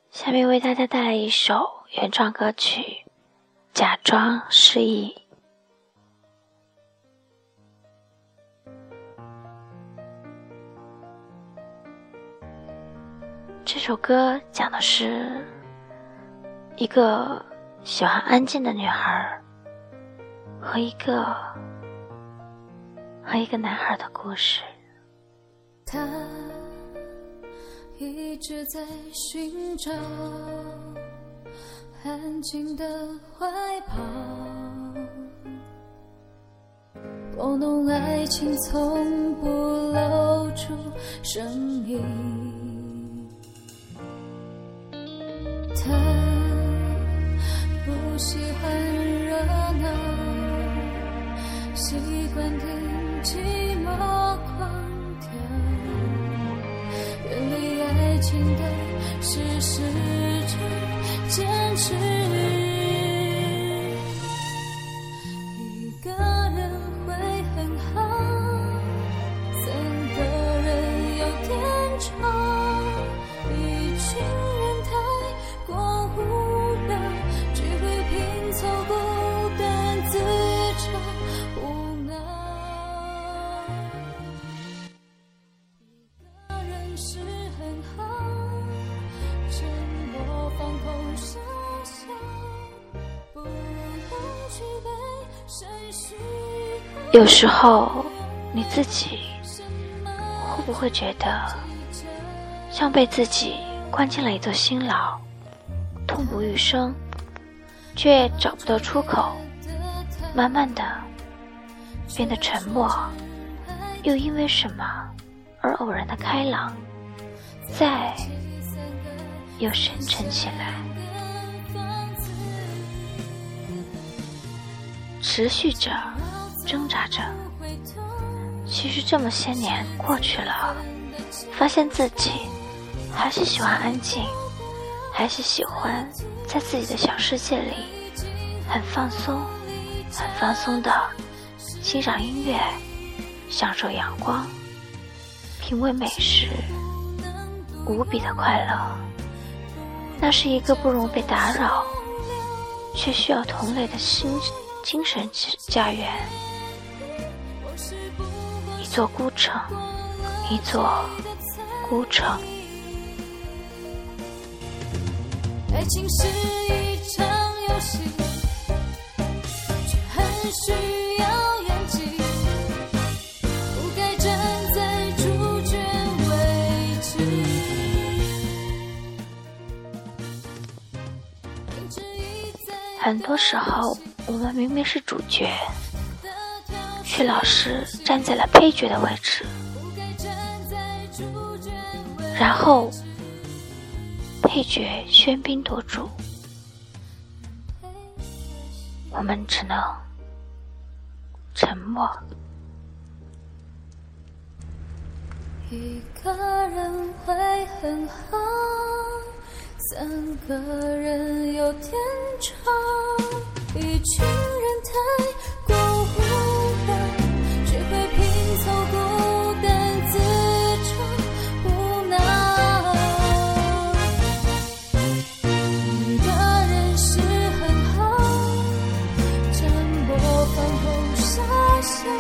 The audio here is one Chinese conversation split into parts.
下面为大家带来一首原创歌曲《假装失忆》。这首歌讲的是一个喜欢安静的女孩和一个男孩的故事。 他一直在寻找安静的怀抱，拨弄爱情从不露出声音。他不喜欢热闹，习惯听寂寞狂跳，远离爱情的是试着坚持。一个人会很好，三个人有点吵，一群人太过无聊，只会拼凑孤单自嘲胡闹。一个人是很好，沉默放空傻笑，不用去被谁需要。 有时候你自己会不会觉得像被自己关进了一座新牢，痛不欲生，却找不到出口，慢慢的变得沉默，又因为什么而偶然的开朗，再又深沉起来，持续着挣扎着。其实这么些年过去了，发现自己还是喜欢安静，还是喜欢在自己的小世界里很放松的欣赏音乐，享受阳光，品味美食，无比的快乐。那是一个不容被打扰却需要同类的精神家园，一座孤城，一座孤城。 爱情是一场游戏，却很需要勇气，不该站在主角位置。 很多时候我们明明是主角，却老是站在了配角的位置，然后配角喧宾夺主，我们只能沉默。 一个人会很好，三个人有点吵，一群人太过无聊，只会拼凑孤单自嘲胡闹。一个人是很好，沉默放空傻笑，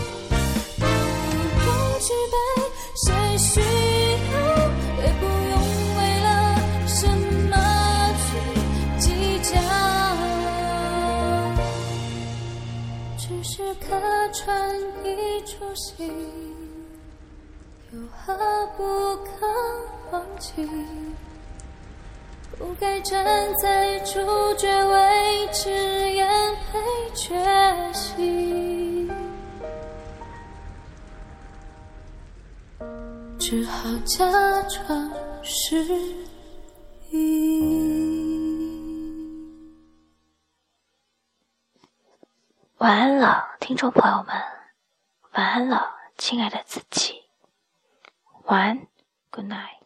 不用去被谁需要，也不用为了什么去计较，只是客串一出戏，又何不可忘记，不该站在主角位置演配角戏，只好假装失忆。 晚安了，听众朋友们，晚安了，亲爱的自己，晚安 ，Good night。